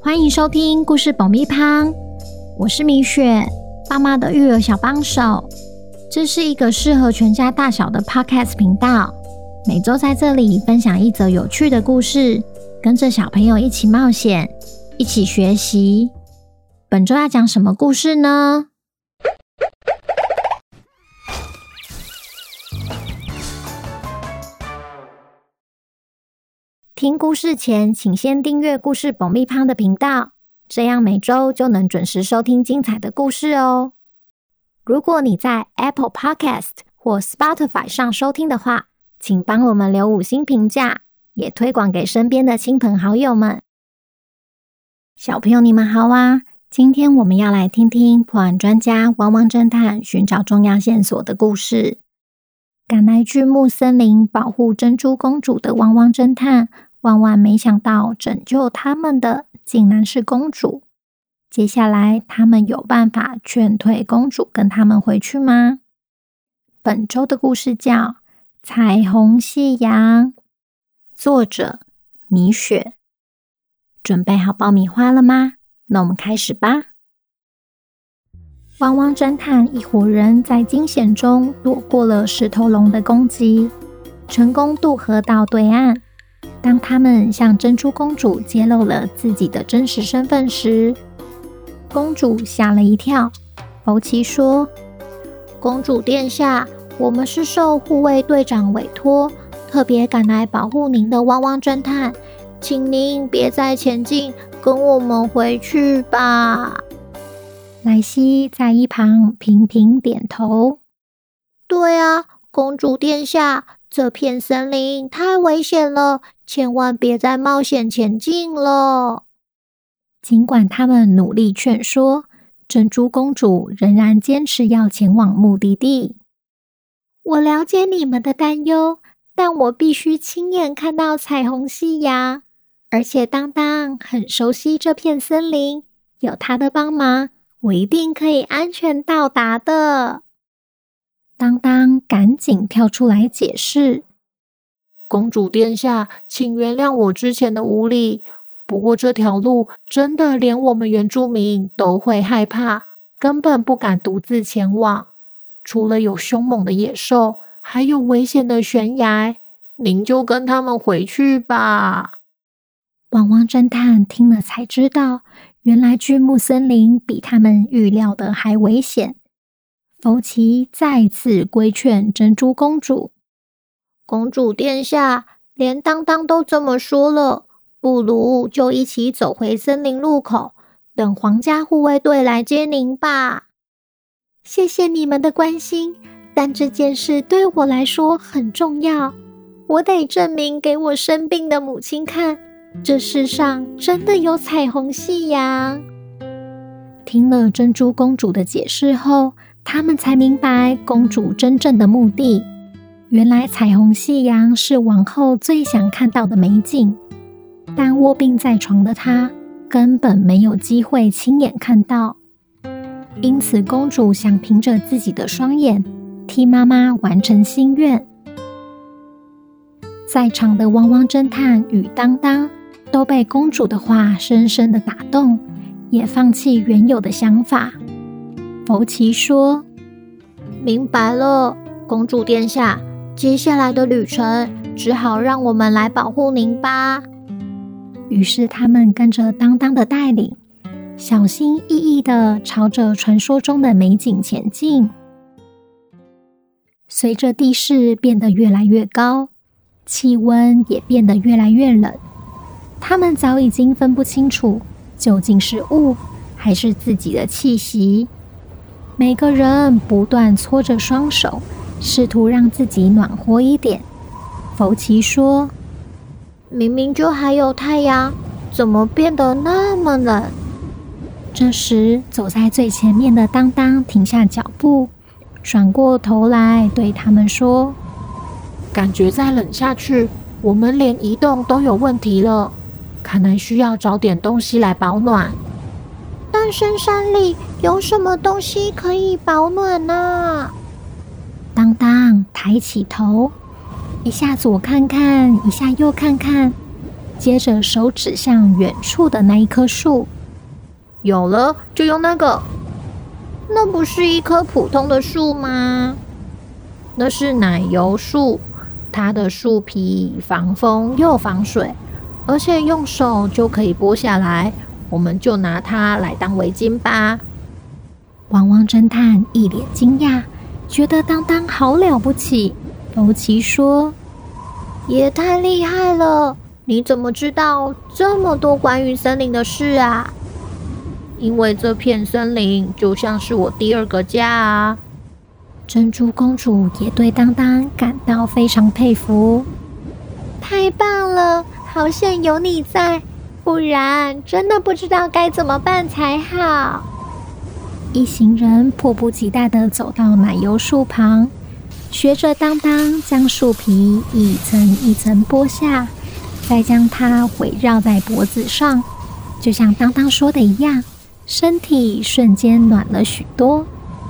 欢迎收听故事爆米花，我是米雪，爸妈的育儿小帮手。这是一个适合全家大小的 Podcast 频道，每周在这里分享一则有趣的故事，跟着小朋友一起冒险，一起学习。本周要讲什么故事呢？听故事前，请先订阅故事爆米花的频道，这样每周就能准时收听精彩的故事哦。如果你在 Apple Podcast 或 Spotify 上收听的话，请帮我们留5星评价，也推广给身边的亲朋好友们。小朋友你们好啊，今天我们要来听听破案专家汪汪侦探寻找重要线索的故事。赶来巨木森林保护珍珠公主的汪汪侦探，万万没想到拯救他们的竟然是公主。接下来他们有办法劝退公主跟他们回去吗？本周的故事叫《彩虹夕阳》，作者米雪。准备好爆米花了吗？那我们开始吧。汪汪侦探一伙人在惊险中躲过了石头龙的攻击，成功渡河到对岸。当他们向珍珠公主揭露了自己的真实身份时，公主吓了一跳。福奇说：公主殿下，我们是受护卫队长委托，特别赶来保护您的汪汪侦探，请您别再前进，跟我们回去吧。莱西在一旁频频点头。对啊，公主殿下，这片森林太危险了，千万别再冒险前进了。尽管他们努力劝说，珍珠公主仍然坚持要前往目的地。我了解你们的担忧，但我必须亲眼看到彩虹夕阳，而且当当很熟悉这片森林，有他的帮忙，我一定可以安全到达的。当当赶紧跳出来解释：公主殿下，请原谅我之前的无礼，不过这条路真的连我们原住民都会害怕，根本不敢独自前往。除了有凶猛的野兽，还有危险的悬崖，您就跟他们回去吧。汪汪侦探听了才知道，原来巨木森林比他们预料的还危险。福奇再次规劝珍珠公主：公主殿下，连当当都这么说了，不如就一起走回森林入口，等皇家护卫队来接您吧。谢谢你们的关心，但这件事对我来说很重要，我得证明给我生病的母亲看，这世上真的有彩虹夕阳。听了珍珠公主的解释后，他们才明白公主真正的目的。原来彩虹夕阳是王后最想看到的美景，但卧病在床的她根本没有机会亲眼看到。因此公主想凭着自己的双眼替妈妈完成心愿。在场的汪汪侦探与当当都被公主的话深深的打动，也放弃原有的想法。福奇说：明白了，公主殿下，接下来的旅程只好让我们来保护您吧。于是他们跟着当当的带领，小心翼翼地朝着传说中的美景前进。随着地势变得越来越高，气温也变得越来越冷，他们早已经分不清楚究竟是雾还是自己的气息。每个人不断搓着双手，试图让自己暖和一点。福奇说：明明就还有太阳，怎么变得那么冷？这时走在最前面的当当停下脚步，转过头来对他们说：感觉再冷下去，我们连移动都有问题了，看来需要找点东西来保暖。但深山里有什么东西可以保暖呢？当当抬起头，一下左看看，一下右看看， 接着手指向远处的那一棵树。 有了，就用那个。 那不是一棵普通的树吗？ 那是奶油树，它的树皮防风又防水，而且用手就可以剥下来，我们就拿它来当围巾吧。 汪汪侦探一脸惊讶，觉得当当好了不起。福奇说：“ 也太厉害了！你怎么知道这么多关于森林的事啊？” 因为这片森林就像是我第二个家啊。 珍珠公主也对当当感到非常佩服。 太棒了，好险有你在，不然真的不知道该怎么办才好。 一行人迫不及待地走到奶油树旁，学着当当将树皮一层一层剥下，再将它围绕在脖子上，就像当当说的一样，身体瞬间暖了许多。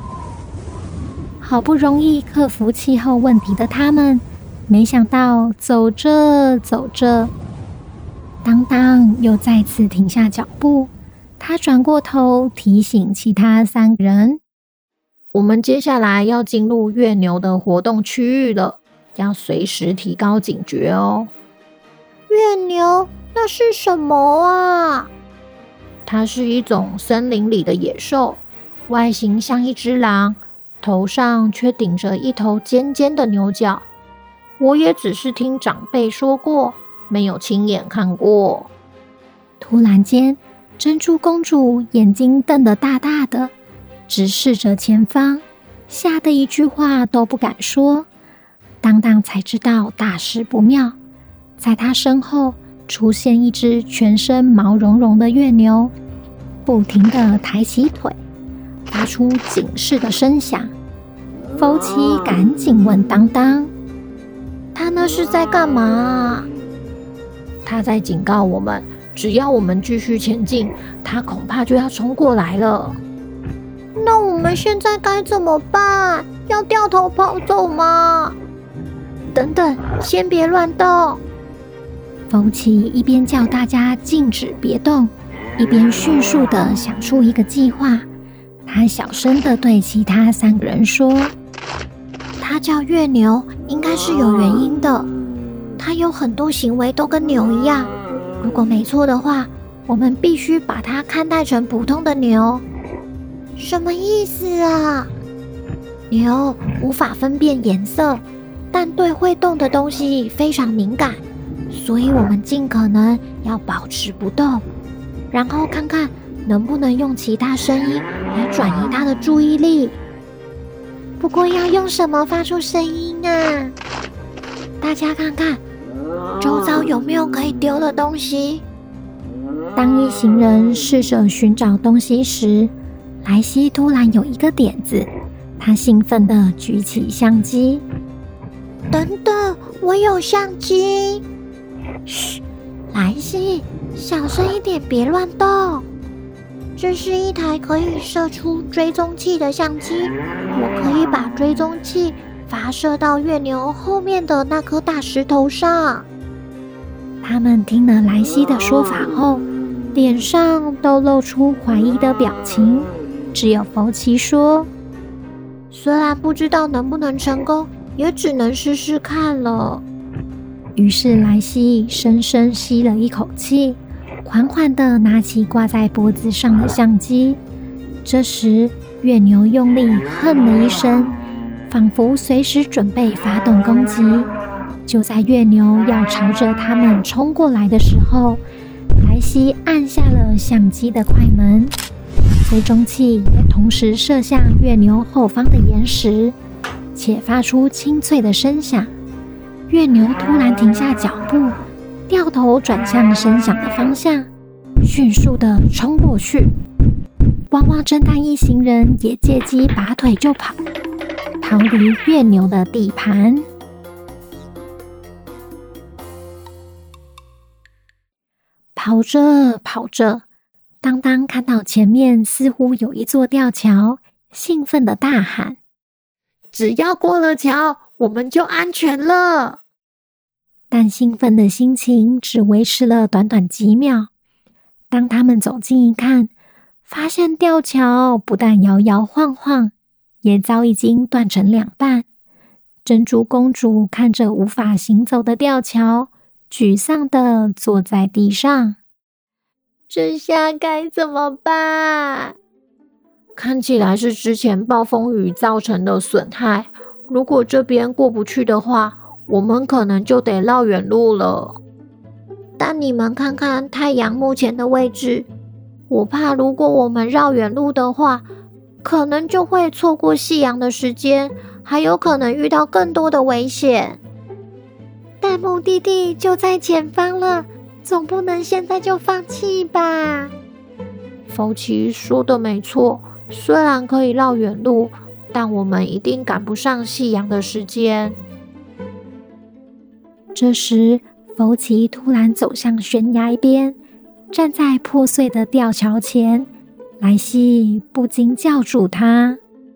好不容易克服气候问题的他们，没想到走着走着，当当又再次停下脚步。他转过头提醒其他3人：“ 我们接下来要进入月牛的活动区域了，要随时提高警觉哦。” 月牛？那是什么啊？ 它是一种森林里的野兽，外形像一只狼，头上却顶着一头尖尖的牛角。我也只是听长辈说过，没有亲眼看过。 突然间，珍珠公主眼睛瞪得大大的，直视着前方，吓得一句话都不敢说。当当才知道大事不妙，在她身后出现一只全身毛茸茸的月牛，不停地抬起腿，发出警示的声响。福奇赶紧问当当：“ 他那是在干嘛？” 他在警告我们，只要我们继续前进，他恐怕就要冲过来了。 那我们现在该怎么办？要掉头跑走吗？等等，先别乱动。 福奇一边叫大家禁止别动，一边迅速地想出一个计划。他小声地对其他3个人说：“ 他叫月牛，应该是有原因的。他有很多行为都跟牛一样。如果没错的话，我们必须把它看待成普通的牛。”什么意思啊？牛无法分辨颜色，但对会动的东西非常敏感，所以我们尽可能要保持不动，然后看看能不能用其他声音来转移它的注意力。不过要用什么发出声音啊？大家看看，周遭有没有可以丢的东西？ 当一行人试着寻找东西时，莱西突然有一个点子，他兴奋地举起相机。 等等，我有相机！嘘，莱西，小声一点，别乱动。这是一台可以射出追踪器的相机，我可以把追踪器发射到月牛后面的那颗大石头上。 他们听了莱西的说法后，脸上都露出怀疑的表情。只有福奇说：“ 虽然不知道能不能成功，也只能试试看了。” 于是莱西深深吸了一口气，缓缓地拿起挂在脖子上的相机。这时，月牛用力哼了一声，仿佛随时准备发动攻击。就在月牛要朝着他们冲过来的时候，莱西按下了相机的快门，追踪器也同时射向月牛后方的岩石，且发出清脆的声响。月牛突然停下脚步，掉头转向声响的方向，迅速地冲过去。汪汪侦探一行人也借机拔腿就跑，逃离月牛的地盘。跑着跑着，当当看到前面似乎有一座吊桥，兴奋地大喊：“ 只要过了桥，我们就安全了！” 但兴奋的心情只维持了短短几秒。当他们走近一看，发现吊桥不但摇摇晃晃，也早已经断成两半。珍珠公主看着无法行走的吊桥，沮丧地坐在地上。 这下该怎么办？ 看起来是之前暴风雨造成的损害。如果这边过不去的话，我们可能就得绕远路了。 但你们看看太阳目前的位置，我怕如果我们绕远路的话，可能就会错过夕阳的时间，还有可能遇到更多的危险。但目的地就在前方了，总不能现在就放弃吧？ 福奇说的没错，虽然可以绕远路，但我们一定赶不上夕阳的时间。 这时，福奇突然走向悬崖边，站在破碎的吊桥前。莱西不禁叫住他：“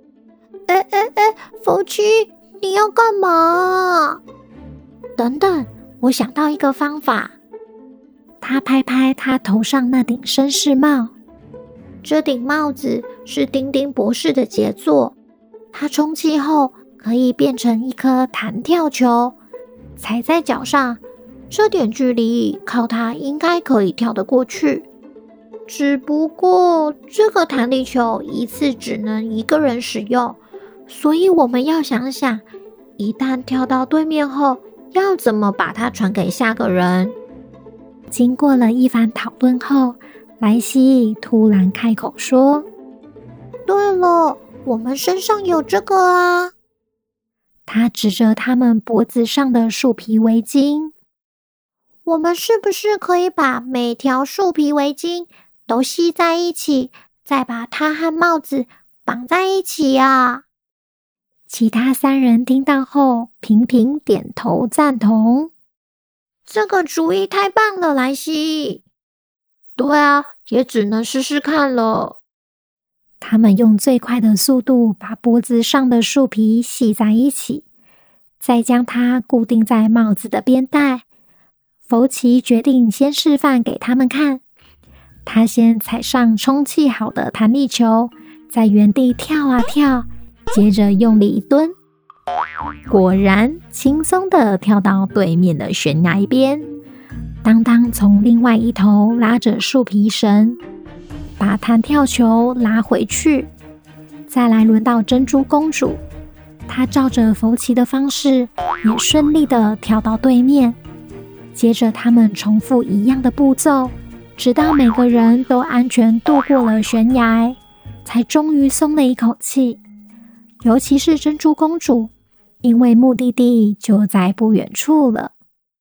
福奇，你要干嘛？” 等等，我想到一个方法。他拍拍他头上那顶绅士帽， 这顶帽子是丁丁博士的杰作，它充气后可以变成一颗弹跳球，踩在脚上，这点距离靠它应该可以跳得过去。只不过这个弹力球一次只能一个人使用，所以我们要想想，一旦跳到对面后，要怎么把它传给下个人。 经过了一番讨论后，莱西突然开口说：“ 对了，我们身上有这个啊！” 他指着他们脖子上的树皮围巾。 我们是不是可以把每条树皮围巾都系在一起，再把它和帽子绑在一起啊？ 其他三人听到后频频点头赞同。 这个主意太棒了，莱西。 对啊，也只能试试看了。 他们用最快的速度把脖子上的树皮系在一起，再将它固定在帽子的边带。福奇决定先示范给他们看。他先踩上充气好的弹力球，在原地跳啊跳，接着用力一蹲，果然轻松地跳到对面的悬崖边。当当从另外一头拉着树皮绳，把弹跳球拉回去。再来轮到珍珠公主，她照着福奇的方式，也顺利地跳到对面。接着他们重复一样的步骤，直到每个人都安全渡过了悬崖，才终于松了一口气。尤其是珍珠公主，因为目的地就在不远处了。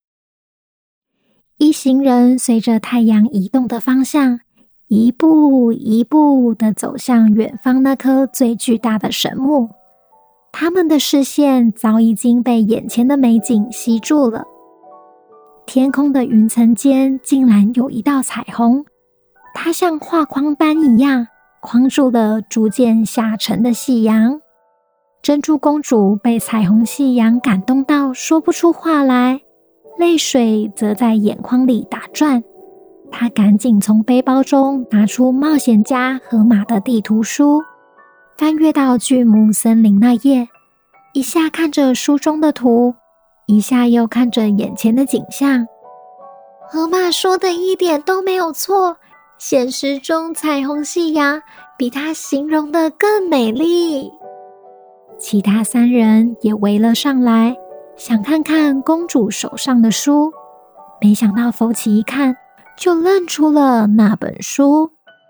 一行人随着太阳移动的方向，一步一步地走向远方那棵最巨大的神木。他们的视线早已经被眼前的美景吸住了。天空的云层间竟然有一道彩虹，它像画框般一样框住了逐渐下沉的夕阳。珍珠公主被彩虹夕阳感动到说不出话来，泪水则在眼眶里打转。她赶紧从背包中拿出冒险家河马的地图书，翻阅到巨木森林那页，一下看着书中的图，一下又看着眼前的景象。 河马说的一点都没有错，现实中彩虹夕阳比他形容的更美丽。 其他三人也围了上来，想看看公主手上的书。没想到福奇一看，就认出了那本书。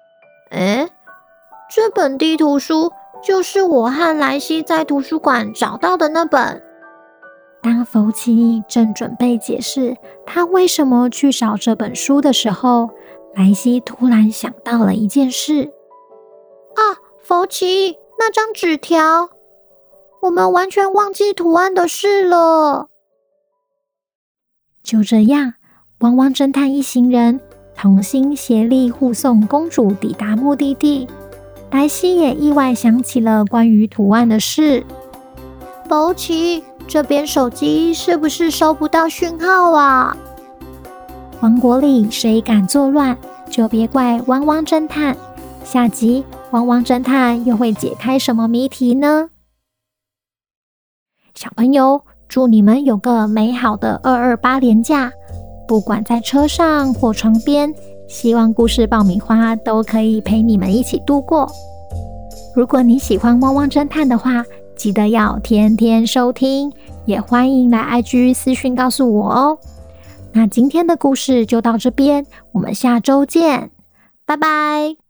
这本地图书就是我和莱西在图书馆找到的那本。 当福奇正准备解释他为什么去找这本书的时候，莱西突然想到了一件事。 福奇，那张纸条，我们完全忘记图案的事了。 就这样，汪汪侦探一行人同心协力护送公主抵达目的地。莱西也意外想起了关于图案的事。 福奇， 这边手机是不是收不到讯号啊？ 王国里谁敢作乱，就别怪汪汪侦探。下集汪汪侦探又会解开什么谜题呢？小朋友，祝你们有个美好的228连假，不管在车上或床边，希望故事爆米花都可以陪你们一起度过。如果你喜欢汪汪侦探的话，记得要天天收听，也欢迎来 IG 私讯告诉我哦。那今天的故事就到这边，我们下周见，拜拜。